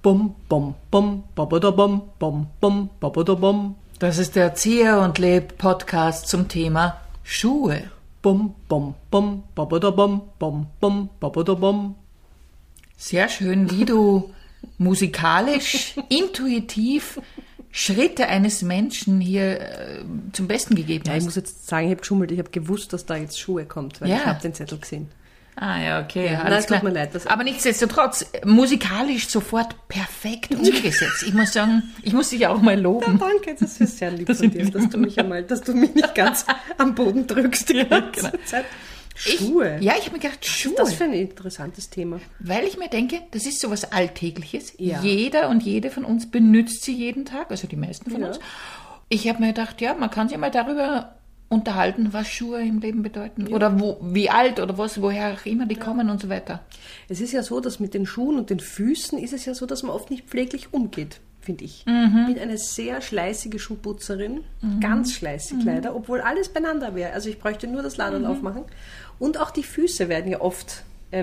Bum, bum, bum, babadabum, bum, bum, babadabum. Das ist der Erzieher und Leb Podcast zum Thema Schuhe. Bum, bum, bum, babadabum, bum, bum, babadabum. Sehr schön, wie du musikalisch, intuitiv Schritte eines Menschen hier zum Besten gegeben hast. Ja, ich muss jetzt sagen, ich habe geschummelt. Ich habe gewusst, dass da jetzt Schuhe kommt, weil ich habe den Zettel gesehen. Ah ja, okay. Ja, alles klar. tut mir leid. Aber nichtsdestotrotz, musikalisch sofort perfekt umgesetzt. Ich muss sagen, ich muss dich auch mal loben. Ja, danke, das ist sehr lieb von dir, dass du mich nicht ganz am Boden drückst die ganze Zeit. Schuhe? Ich habe mir gedacht, Schuhe. Was ist das für ein interessantes Thema? Weil ich mir denke, das ist sowas Alltägliches. Ja. Jeder und jede von uns benutzt sie jeden Tag, also die meisten von Ja. uns. Ich habe mir gedacht, ja, man kann sich mal darüber unterhalten, was Schuhe im Leben bedeuten. Ja. Oder wie alt oder woher auch immer die kommen und so weiter. Es ist ja so, dass mit den Schuhen und den Füßen ist es ja so, dass man oft nicht pfleglich umgeht, finde ich. Ich bin eine sehr schleißige Schuhputzerin, ganz schleißig leider, obwohl alles beieinander wäre. Also ich bräuchte nur das Laden aufmachen. Und auch die Füße werden ja oft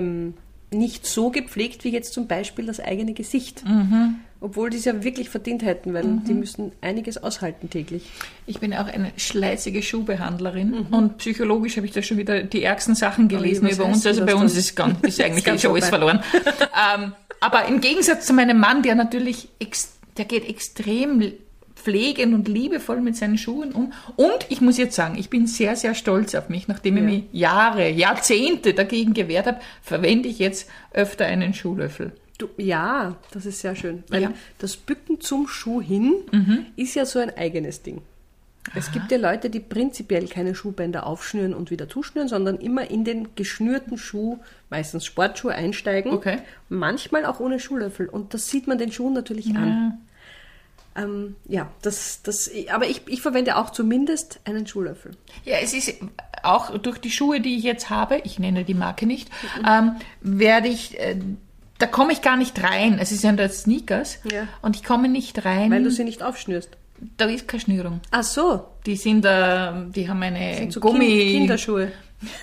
nicht so gepflegt wie jetzt zum Beispiel das eigene Gesicht. Obwohl die es ja wirklich verdient hätten, weil die müssen einiges aushalten täglich. Ich bin auch eine schleißige Schuhbehandlerin und psychologisch habe ich da schon wieder die ärgsten Sachen gelesen über uns. Also bei uns ist eigentlich ganz schon alles verloren. Aber im Gegensatz zu meinem Mann, der natürlich, der geht extrem pflegend und liebevoll mit seinen Schuhen um. Und ich muss jetzt sagen, ich bin sehr, sehr stolz auf mich. Nachdem ich mich Jahrzehnte dagegen gewehrt habe, verwende ich jetzt öfter einen Schuhlöffel. Ja, das ist sehr schön. Weil das Bücken zum Schuh hin ist ja so ein eigenes Ding. Es gibt ja Leute, die prinzipiell keine Schuhbänder aufschnüren und wieder zuschnüren, sondern immer in den geschnürten Schuh, meistens Sportschuhe, einsteigen. Okay. Manchmal auch ohne Schuhlöffel. Und das sieht man den Schuhen natürlich an. Aber ich verwende auch zumindest einen Schuhlöffel. Ja, es ist auch durch die Schuhe, die ich jetzt habe, ich nenne die Marke nicht, werde ich... Da komme ich gar nicht rein. Es ist ja das Sneakers. Ja. Und ich komme nicht rein. Weil du sie nicht aufschnürst. Da ist keine Schnürung. Ach so. Die haben eine sind so Gummi... Kinderschuhe.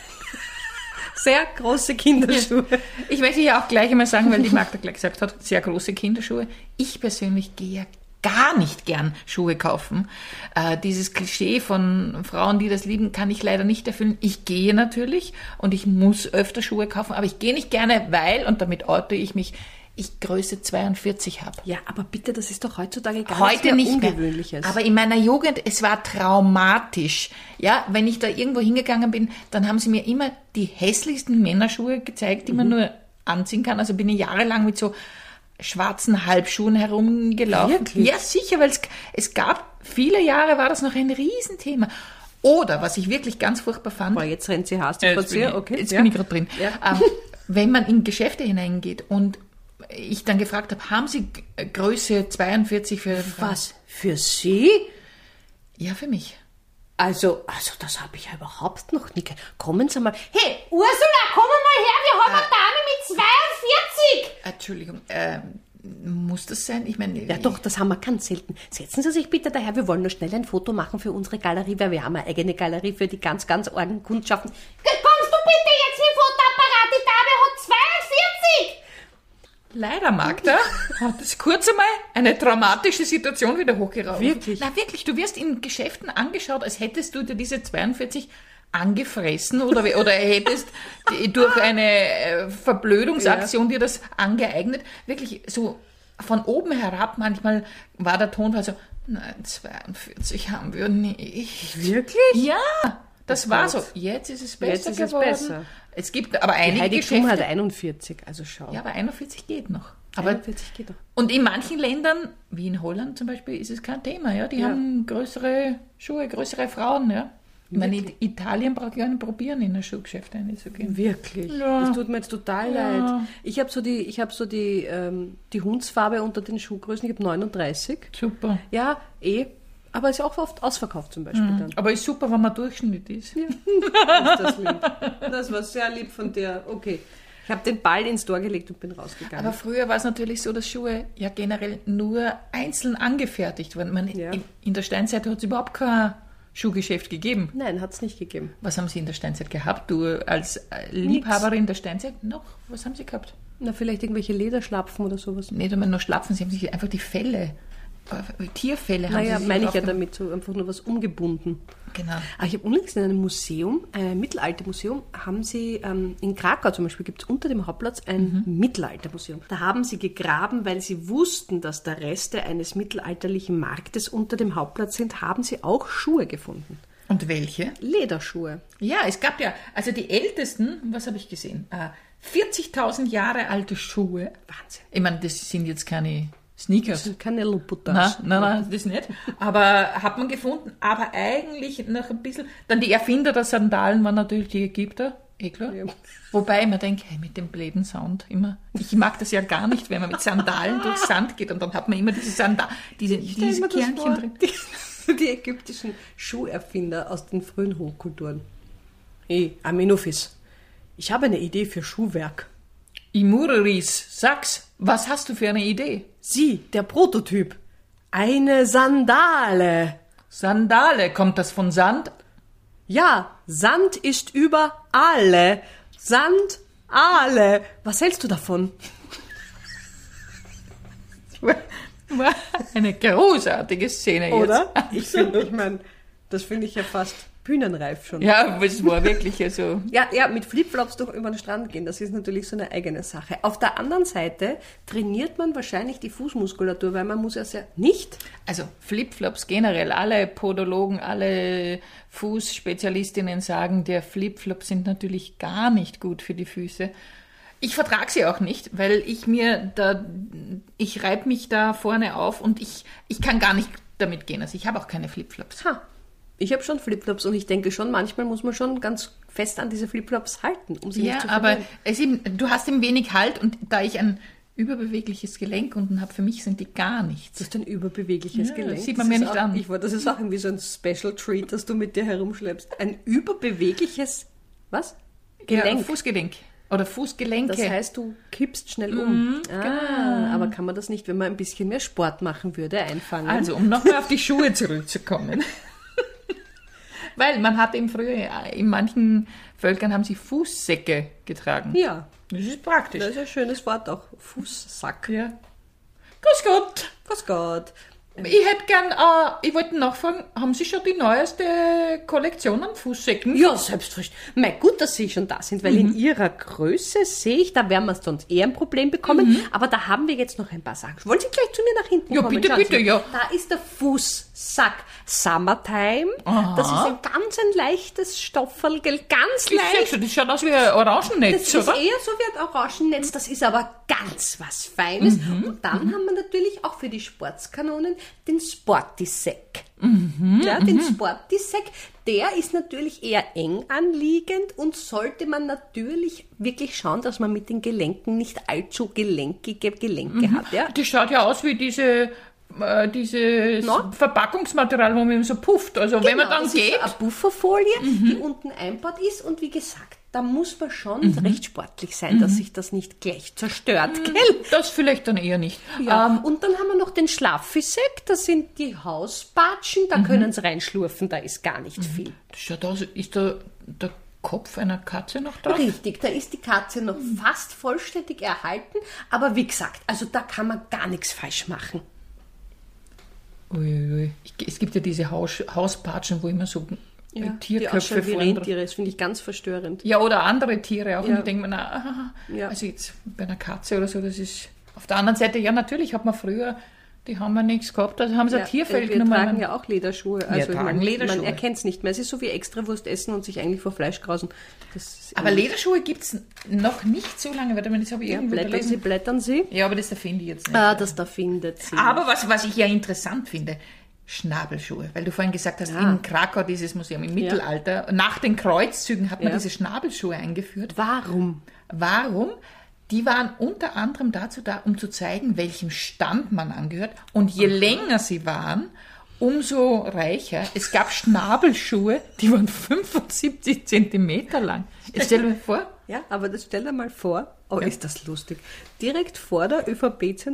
Sehr große Kinderschuhe. Ich möchte ja auch gleich einmal sagen, weil die Magda gleich gesagt hat, sehr große Kinderschuhe. Ich persönlich gehe ja gar nicht gern Schuhe kaufen. Dieses Klischee von Frauen, die das lieben, kann ich leider nicht erfüllen. Ich gehe natürlich und ich muss öfter Schuhe kaufen, aber ich gehe nicht gerne, weil, und damit orte ich mich, ich Größe 42 habe. Ja, aber bitte, das ist doch heutzutage gar Heute nichts nicht mehr mehr. Ungewöhnliches. Aber in meiner Jugend, es war traumatisch. Ja, wenn ich da irgendwo hingegangen bin, dann haben sie mir immer die hässlichsten Männerschuhe gezeigt, die man nur anziehen kann. Also bin ich jahrelang mit so schwarzen Halbschuhen herumgelaufen. Wirklich? Ja, sicher, weil es gab, viele Jahre war das noch ein Riesenthema. Oder, was ich wirklich ganz furchtbar fand... Boah, jetzt rennt sie hastig vor dir. Okay. Jetzt bin ich gerade drin. Ja. Wenn man in Geschäfte hineingeht und ich dann gefragt habe, haben Sie Größe 42 für... Was? Für Sie? Ja, für mich. Also das habe ich ja überhaupt noch nie gehört. Kommen Sie mal. Hey, Ursula, komm mal her, wir haben eine Dame mit 42. Entschuldigung, muss das sein? Ich meine... Ja doch, das haben wir ganz selten. Setzen Sie sich bitte daher, wir wollen nur schnell ein Foto machen für unsere Galerie, weil wir haben eine eigene Galerie für die ganz, ganz argen Kundschaften. Kommst du bitte jetzt mit dem Fotoapparat, die Dame hat 42. Leider, Magda, hat es kurz einmal eine traumatische Situation wieder hochgerauft. Wirklich? Na wirklich, du wirst in Geschäften angeschaut, als hättest du dir diese 42 angefressen oder hättest durch eine Verblödungsaktion dir das angeeignet. Wirklich so von oben herab, manchmal war der Ton so, nein, 42 haben wir nicht. Wirklich? Ja, das war so. Jetzt ist es besser geworden. Es gibt aber einige Heidi Geschäfte... Klum hat 41, also schau. Ja, aber 41 geht noch. Aber 41 geht noch. Und in manchen Ländern, wie in Holland zum Beispiel, ist es kein Thema. Ja? Die haben größere Schuhe, größere Frauen. Ja? Ich meine, in Italien brauche ich gar nicht probieren, in ein Geschäft reinzugehen. Wirklich? Ja. Das tut mir jetzt total leid. Ich habe so die Hundsfarbe unter den Schuhgrößen. Ich habe 39. Super. Ja, aber ist ja auch oft ausverkauft zum Beispiel dann. Aber ist super, wenn man Durchschnitt ist. Ja. Ist das lieb. Das war sehr lieb von dir. Okay. Ich habe den Ball ins Tor gelegt und bin rausgegangen. Aber früher war es natürlich so, dass Schuhe ja generell nur einzeln angefertigt wurden. In der Steinzeit hat es überhaupt kein Schuhgeschäft gegeben. Nein, hat es nicht gegeben. Was haben Sie in der Steinzeit gehabt? Du als Liebhaberin der Steinzeit noch? Was haben Sie gehabt? Na, vielleicht irgendwelche Lederschlapfen oder sowas. Nicht einmal nur Schlapfen, sie haben sich einfach die Felle, Tierfelle haben sie sich meine ich ja drauf- damit, so einfach nur was umgebunden. Genau. Aber ich habe unlängst in einem Museum, ein Mittelaltermuseum, haben sie, in Krakau zum Beispiel gibt es unter dem Hauptplatz ein Mittelaltermuseum. Da haben sie gegraben, weil sie wussten, dass da Reste eines mittelalterlichen Marktes unter dem Hauptplatz sind, haben sie auch Schuhe gefunden. Und welche? Lederschuhe. Ja, es gab ja, also die ältesten, was habe ich gesehen? 40.000 Jahre alte Schuhe. Wahnsinn. Ich meine, das sind jetzt keine Das Sneakers. sind keine Louboutin. Nein, das nicht. Aber hat man gefunden, aber eigentlich noch ein bisschen. Dann die Erfinder der Sandalen waren natürlich die Ägypter, klar. Ja. Wobei ich mir denke, hey, mit dem bläden Sound immer. Ich mag das ja gar nicht, wenn man mit Sandalen durch Sand geht und dann hat man immer diese diese Stell mir das Kernchen vor, drin. die ägyptischen Schuherfinder aus den frühen Hochkulturen. Hey, Amenophis, ich habe eine Idee für Schuhwerk. Imureris, sag's, was hast du für eine Idee? Sie, der Prototyp. Eine Sandale. Sandale, kommt das von Sand? Ja, Sand ist überall. Sandale. Was hältst du davon? War eine großartige Szene Oder? jetzt. Ich meine, das finde ich ja fast bühnenreif schon. Ja, es war wirklich so. Ja, mit Flipflops durch über den Strand gehen, das ist natürlich so eine eigene Sache. Auf der anderen Seite trainiert man wahrscheinlich die Fußmuskulatur, weil man muss ja sehr nicht. Also Flipflops generell, alle Podologen, alle Fußspezialistinnen sagen, der Flipflops sind natürlich gar nicht gut für die Füße. Ich vertrage sie auch nicht, weil ich reibe mich da vorne auf und ich kann gar nicht damit gehen. Also ich habe auch keine Flipflops. Ich habe schon Flipflops und ich denke schon, manchmal muss man schon ganz fest an diese Flipflops halten, um sie nicht zu Ja, aber verlieren. du hast eben wenig Halt und da ich ein überbewegliches Gelenk unten habe, für mich sind die gar nichts. Das ist ein überbewegliches Ja, Gelenk. das sieht man Das mir ist nicht auch, an. Das ist auch irgendwie so ein Special Treat, das du mit dir herumschleppst. Ein überbewegliches, was? Gelenk. Ja, Fußgelenk oder Fußgelenke. Das heißt, du kippst schnell um. genau. Aber kann man das nicht, wenn man ein bisschen mehr Sport machen würde, einfangen? Also, um nochmal auf die Schuhe zurückzukommen. Weil man hat eben früher, in manchen Völkern haben sie Fußsäcke getragen. Ja, Das ist praktisch. das ist ein schönes Wort auch. Fußsack. Ja. Grüß Gott. Grüß Gott. Ich hätte gern, ich wollte nachfragen, haben Sie schon die neueste Kollektion an Fußsäcken? Ja, selbstverständlich. Mein gut, dass Sie schon da sind, weil in Ihrer Größe sehe ich, da werden wir sonst eher ein Problem bekommen. Aber da haben wir jetzt noch ein paar Sachen. Wollen Sie gleich zu mir nach hinten Ja, kommen? bitte, Schauen bitte, Sie. ja. Da ist der Fußsack. Summertime. Aha. Das ist ein ganz ein leichtes Stofferl, gell? Ganz Ich leicht. sag, das schaut aus wie ein Orangennetz, Das ist oder? eher so wie ein Orangennetz, das ist aber ganz was Feines. Und dann haben wir natürlich auch für die Sportskanonen den Sportisack. Ja, den Sportisack, der ist natürlich eher eng anliegend und sollte man natürlich wirklich schauen, dass man mit den Gelenken nicht allzu gelenkige Gelenke hat. Ja? Das schaut ja aus wie dieses No? Verpackungsmaterial, wo man so pufft. Also wenn man dann das geht, ist so eine Pufferfolie, die unten einbaut ist und wie gesagt, da muss man schon recht sportlich sein, dass sich das nicht gleich zerstört, gell? das vielleicht dann eher nicht. Ja, und dann haben wir noch den Schlaffisack, das sind die Hauspatschen, da können sie reinschlurfen, da ist gar nicht viel. Das schaut aus, ist da der Kopf einer Katze noch drauf? Richtig, da ist die Katze noch fast vollständig erhalten, aber wie gesagt, also da kann man gar nichts falsch machen. Uiuiui. Es gibt ja diese Hauspatschen, wo immer so Die Tierköpfe ausschauen wie vorne drauf. Rentiere, das finde ich ganz verstörend. Ja, oder andere Tiere auch. Ja. Und ich denke mir, Ja. also jetzt bei einer Katze oder so, das ist auf der anderen Seite, ja natürlich hat man früher, die haben ja nichts gehabt, also haben sie ein Tierfell wir genommen. tragen ja auch Lederschuhe. Also tragen ich meine, Lederschuhe. Man erkennt es nicht mehr. Es ist so wie Extrawurst essen und sich eigentlich vor Fleisch grausen. Das ist Aber Lederschuhe gibt es noch nicht so lange, warte mal, das habe ich ja, irgendwo gelesen. blättern Sie. Ja, aber das erfinde ich jetzt nicht. Das da findet Sie. Aber was ich ja interessant finde, Schnabelschuhe, weil du vorhin gesagt hast, in Krakau dieses Museum im Mittelalter, nach den Kreuzzügen hat man diese Schnabelschuhe eingeführt. Warum? Warum? Die waren unter anderem dazu da, um zu zeigen, welchem Stand man angehört. Und je länger sie waren, umso reicher. Es gab Schnabelschuhe, die waren 75 Zentimeter lang. Jetzt stell dir vor. Ja, aber das stell dir mal vor. Oh, ist das lustig. Direkt vor der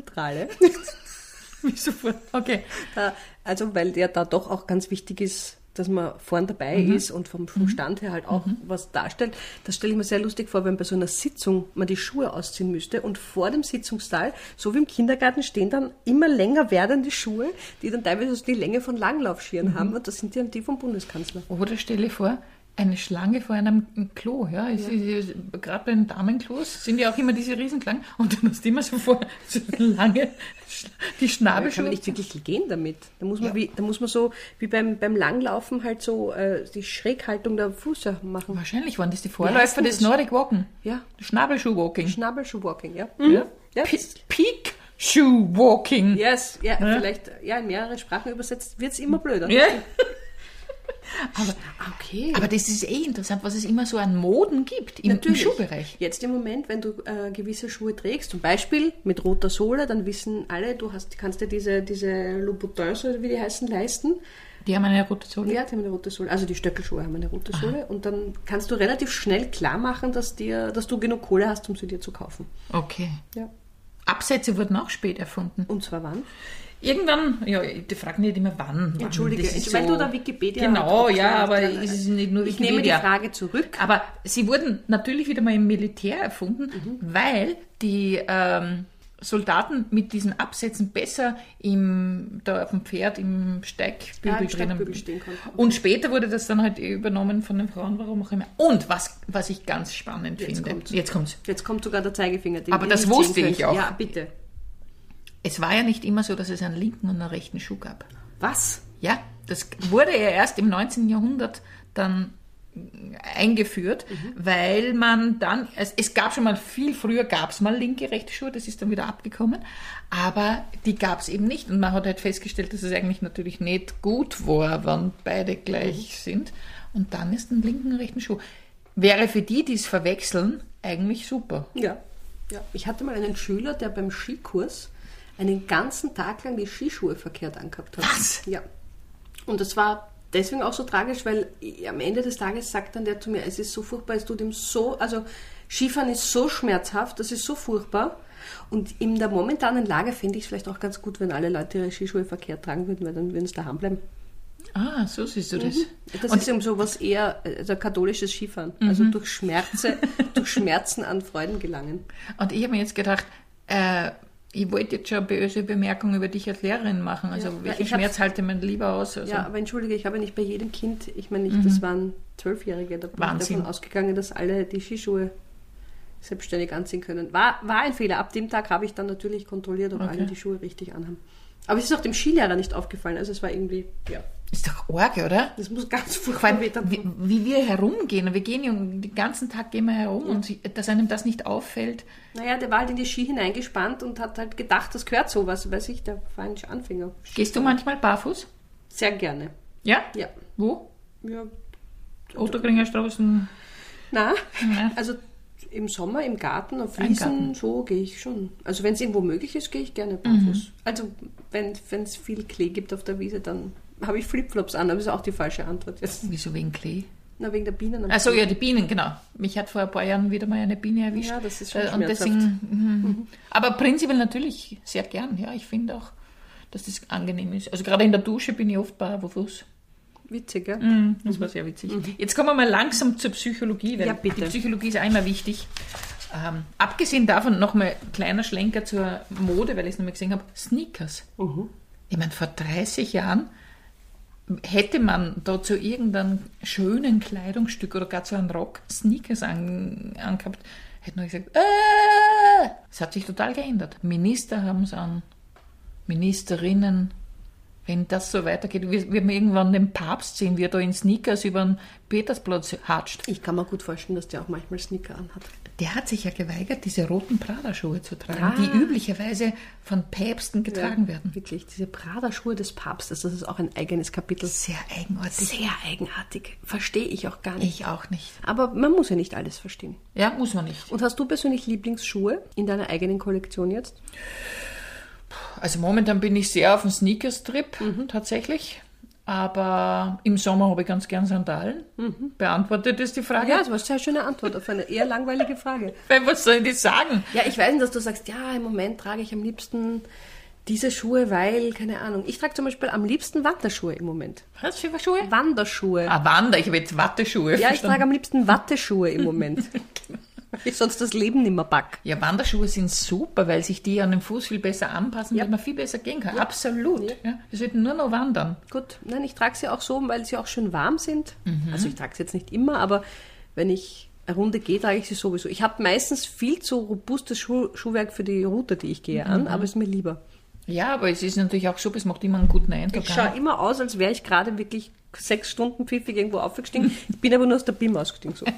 ÖVP-Zentrale. Wie sofort. Okay. Also, weil der da doch auch ganz wichtig ist, dass man vorn dabei ist und vom Stand her halt auch was darstellt. Das stelle ich mir sehr lustig vor, wenn bei so einer Sitzung man die Schuhe ausziehen müsste und vor dem Sitzungssaal, so wie im Kindergarten, stehen dann immer länger werdende Schuhe, die dann teilweise so die Länge von Langlaufschieren haben und das sind dann die vom Bundeskanzler. Oder stelle vor, eine Schlange vor einem Klo, ja. Gerade bei den Damenklos sind ja auch immer diese Riesenschlangen und dann hast du immer so lange die Schnabelschuhe. Da kann man nicht wirklich gehen damit. Da muss man so wie beim Langlaufen halt so die Schräghaltung der Füße machen. Wahrscheinlich waren das die Vorläufer des Nordic Walking. Ja. Schnabelschuh-Walking. Schnabelschuh-Walking, ja. Ja. Peak-Shoe-Walking. Yes, ja, vielleicht in mehrere Sprachen übersetzt wird es immer blöder. Ja. Aber das ist interessant, was es immer so an Moden gibt im Schuhbereich. Jetzt im Moment, wenn du gewisse Schuhe trägst, zum Beispiel mit roter Sohle, dann wissen alle, kannst dir diese Louboutins, oder wie die heißen, leisten. Die haben eine rote Sohle? Ja, die haben eine rote Sohle. Also die Stöckelschuhe haben eine rote Sohle. Und dann kannst du relativ schnell klar machen, dass du genug Kohle hast, um sie dir zu kaufen. Okay. Ja. Absätze wurden auch spät erfunden. Und zwar wann? Irgendwann, die fragen nicht immer wann. Entschuldige, weil du da Wikipedia genau, ja, aber es ist nicht nur Wikipedia. Ich nehme die Frage zurück. Aber sie wurden natürlich wieder mal im Militär erfunden, weil die Soldaten mit diesen Absätzen besser da auf dem Pferd im Steigbügel drinnen stehen konnten. Und später wurde das dann halt übernommen von den Frauen, warum auch immer. Und was ich ganz spannend finde. Jetzt kommt's. Jetzt kommt sogar der Zeigefinger. Aber das wusste ich auch. Ja, bitte. Es war ja nicht immer so, dass es einen linken und einen rechten Schuh gab. Was? Ja, das wurde ja erst im 19. Jahrhundert dann eingeführt, weil man dann, es gab schon mal viel früher, gab es mal linke, rechte Schuhe, das ist dann wieder abgekommen, aber die gab es eben nicht und man hat halt festgestellt, dass es eigentlich natürlich nicht gut war, wenn beide gleich sind und dann ist ein linken und rechten Schuh. Wäre für die es verwechseln, eigentlich super. Ja. Ich hatte mal einen Schüler, der beim Skikurs einen ganzen Tag lang die Skischuhe verkehrt angehabt hat. Was? Ja. Und das war deswegen auch so tragisch, weil am Ende des Tages sagt dann der zu mir, es ist so furchtbar, es tut ihm so, also Skifahren ist so schmerzhaft, das ist so furchtbar. Und in der momentanen Lage finde ich es vielleicht auch ganz gut, wenn alle Leute ihre Skischuhe verkehrt tragen würden, weil dann würden sie daheim bleiben. Ah, so siehst du das. Das ist eben so was eher katholisches Skifahren. Also durch Schmerzen an Freuden gelangen. Und ich habe mir jetzt gedacht, ich wollte jetzt schon eine böse Bemerkung über dich als Lehrerin machen. Also welchen Schmerz halte man lieber aus? Also ja, aber entschuldige, ich habe nicht bei jedem Kind, ich meine nicht, das waren 12-Jährige, da bin ich davon ausgegangen, dass alle die Skischuhe selbstständig anziehen können. War ein Fehler. Ab dem Tag habe ich dann natürlich kontrolliert, ob alle die Schuhe richtig anhaben. Aber es ist auch dem Skilehrer nicht aufgefallen. Also es war irgendwie, Ist doch arg, oder? Das muss ganz furchtbar wie wir herumgehen. Wir gehen ja den ganzen Tag herum und dass einem das nicht auffällt. Naja, der war halt in die Ski hineingespannt und hat halt gedacht, das gehört sowas. Weiß ich, der war ein Anfänger. Gehst du manchmal barfuß? Sehr gerne. Ja? Ja. Wo? Ja. Otterkringer Straßen? Na, also im Sommer im Garten, auf Wiesen, so gehe ich schon. Also wenn es irgendwo möglich ist, gehe ich gerne barfuß. Also wenn es viel Klee gibt auf der Wiese, dann habe ich Flipflops an, aber das ist auch die falsche Antwort jetzt. Wieso wegen Klee? Na, wegen der Bienen. Achso, ja, die Bienen, genau. Mich hat vor ein paar Jahren wieder mal eine Biene erwischt. Ja, das ist schon und deswegen, aber prinzipiell natürlich sehr gern. Ja, ich finde auch, dass das angenehm ist. Also gerade in der Dusche bin ich oft barfuß. Witzig, ja? Das war sehr witzig. Jetzt kommen wir mal langsam zur Psychologie, weil die Psychologie ist einmal wichtig. Abgesehen davon nochmal kleiner Schlenker zur Mode, weil ich es nochmal gesehen habe, Sneakers. Ich meine, vor 30 Jahren hätte man da zu irgendeinem schönen Kleidungsstück oder gar zu einem Rock Sneakers angehabt, hätte man gesagt, es hat sich total geändert. Minister haben es an, Ministerinnen. Wenn das so weitergeht, wir irgendwann den Papst sehen, wie er da in Sneakers über den Petersplatz hatscht. Ich kann mir gut vorstellen, dass der auch manchmal Sneaker anhat. Der hat sich ja geweigert, diese roten Prada-Schuhe zu tragen, die üblicherweise von Päpsten getragen werden. Wirklich, diese Prada-Schuhe des Papstes, das ist auch ein eigenes Kapitel. Sehr eigenartig. Sehr eigenartig. Verstehe ich auch gar nicht. Ich auch nicht. Aber man muss ja nicht alles verstehen. Ja, muss man nicht. Und hast du persönlich Lieblingsschuhe in deiner eigenen Kollektion jetzt? Also momentan bin ich sehr auf dem Sneakers-Trip, tatsächlich. Aber im Sommer habe ich ganz gern Sandalen. Beantwortet das die Frage? Ja, das war eine sehr schöne Antwort auf eine eher langweilige Frage. Weil, was soll ich das sagen? Ja, ich weiß nicht, dass du sagst, ja, im Moment trage ich am liebsten Diese Schuhe, weil, keine Ahnung, ich trage zum Beispiel am liebsten Wanderschuhe im Moment. Was für Schuhe? Wanderschuhe. Ich habe jetzt Watteschuhe. Ja, ich trage am liebsten Watteschuhe im Moment. Ich sonst das Leben nicht mehr pack. Ja, Wanderschuhe sind super, weil sich die an den Fuß viel besser anpassen, weil man viel besser gehen kann. Ja. Absolut. Ja. Wir sollten nur noch wandern. Gut, nein, ich trage sie auch so, weil sie auch schön warm sind. Also ich trage sie jetzt nicht immer, aber wenn ich eine Runde gehe, trage ich sie sowieso. Ich habe meistens viel zu robustes Schuhwerk für die Route, die ich gehe, an, aber es ist mir lieber. Ja, aber es ist natürlich auch schon, es macht immer einen guten Eindruck. Ich schaue immer aus, als wäre ich gerade wirklich 6 Stunden pfiffig irgendwo aufgestiegen. Ich bin aber nur aus der BIM ausgestiegen. So.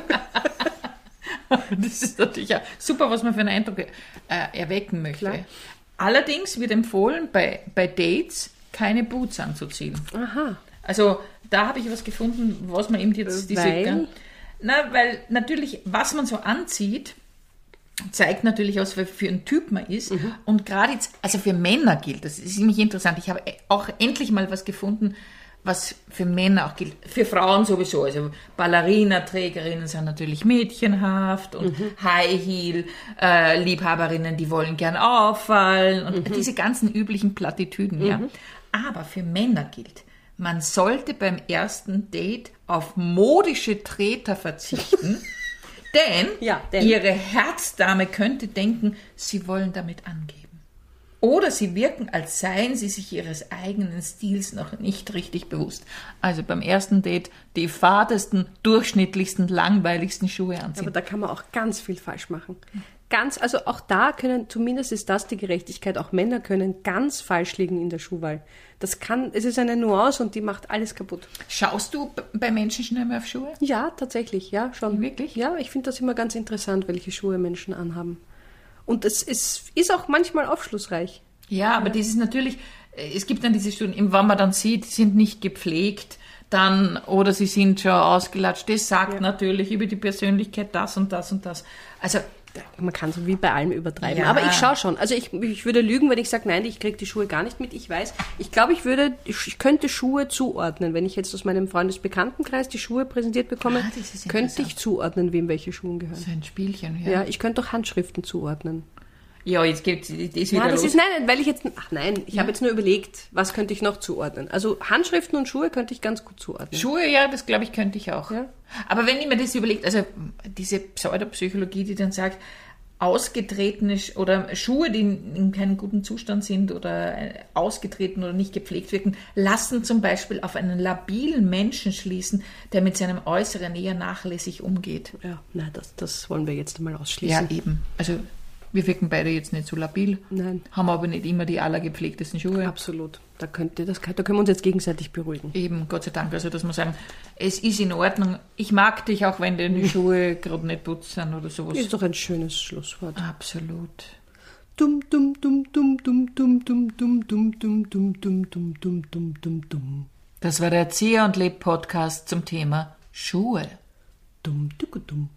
Das ist natürlich auch super, was man für einen Eindruck erwecken möchte. Klar. Allerdings wird empfohlen, bei Dates keine Boots anzuziehen. Aha. Also da habe ich was gefunden, was man eben jetzt... weil natürlich, was man so anzieht, zeigt natürlich aus, was für ein Typ man ist. Und gerade jetzt, also für Männer gilt, das ist nämlich interessant, ich habe auch endlich mal was gefunden, was für Männer auch gilt, für Frauen sowieso. Also Ballerina-Trägerinnen sind natürlich mädchenhaft und High-Heel-Liebhaberinnen, die wollen gern auffallen und diese ganzen üblichen Plattitüden. Ja. Aber für Männer gilt, man sollte beim ersten Date auf modische Treter verzichten, denn ihre Herzdame könnte denken, sie wollen damit angeben. Oder sie wirken, als seien sie sich ihres eigenen Stils noch nicht richtig bewusst. Also beim ersten Date die fadesten, durchschnittlichsten, langweiligsten Schuhe anziehen. Aber da kann man auch ganz viel falsch machen. Also auch da können, zumindest ist das die Gerechtigkeit, auch Männer können ganz falsch liegen in der Schuhwahl. Es ist eine Nuance und die macht alles kaputt. Schaust du bei Menschen schnell mal auf Schuhe? Ja, tatsächlich, ja, schon. Wirklich? Ja, ich finde das immer ganz interessant, welche Schuhe Menschen anhaben. Und es ist auch manchmal aufschlussreich. Ja, aber das ist natürlich, es gibt dann diese Studien, wenn man dann sieht, die sind nicht gepflegt, oder sie sind schon ausgelatscht. Das sagt natürlich über die Persönlichkeit das und das und das. Also man kann so wie bei allem übertreiben. Ja. Aber ich schaue schon. Also ich würde lügen, wenn ich sage, nein, ich kriege die Schuhe gar nicht mit. Ich glaube, ich könnte Schuhe zuordnen. Wenn ich jetzt aus meinem Freundesbekanntenkreis die Schuhe präsentiert bekomme, könnte ich zuordnen, wem welche Schuhe gehören. So ein Spielchen, ja. Ja, ich könnte auch Handschriften zuordnen. Ja, jetzt geht das wieder los. Ich habe jetzt nur überlegt, was könnte ich noch zuordnen. Also Handschriften und Schuhe könnte ich ganz gut zuordnen. Schuhe, ja, das glaube ich, könnte ich auch. Ja. Aber wenn ich mir das überlege, also diese Pseudopsychologie, die dann sagt, ausgetretene oder Schuhe, die in keinem guten Zustand sind oder ausgetreten oder nicht gepflegt wirken, lassen zum Beispiel auf einen labilen Menschen schließen, der mit seinem Äußeren eher nachlässig umgeht. Ja, nein, das wollen wir jetzt einmal ausschließen. Ja, eben. Also wir wirken beide jetzt nicht so labil. Nein. Haben aber nicht immer die allergepflegtesten Schuhe. Absolut. Da können wir uns jetzt gegenseitig beruhigen. Eben, Gott sei Dank. Also, dass wir sagen, es ist in Ordnung. Ich mag dich, auch wenn deine Schuhe gerade nicht putzt sind oder sowas. Ist doch ein schönes Schlusswort. Absolut. Dum dum dum dum dum dum dum dum dum dum dum dum dum dum dum dum dum. Das war der Erzieher und Leb Podcast zum Thema Schuhe. Dum dum dum.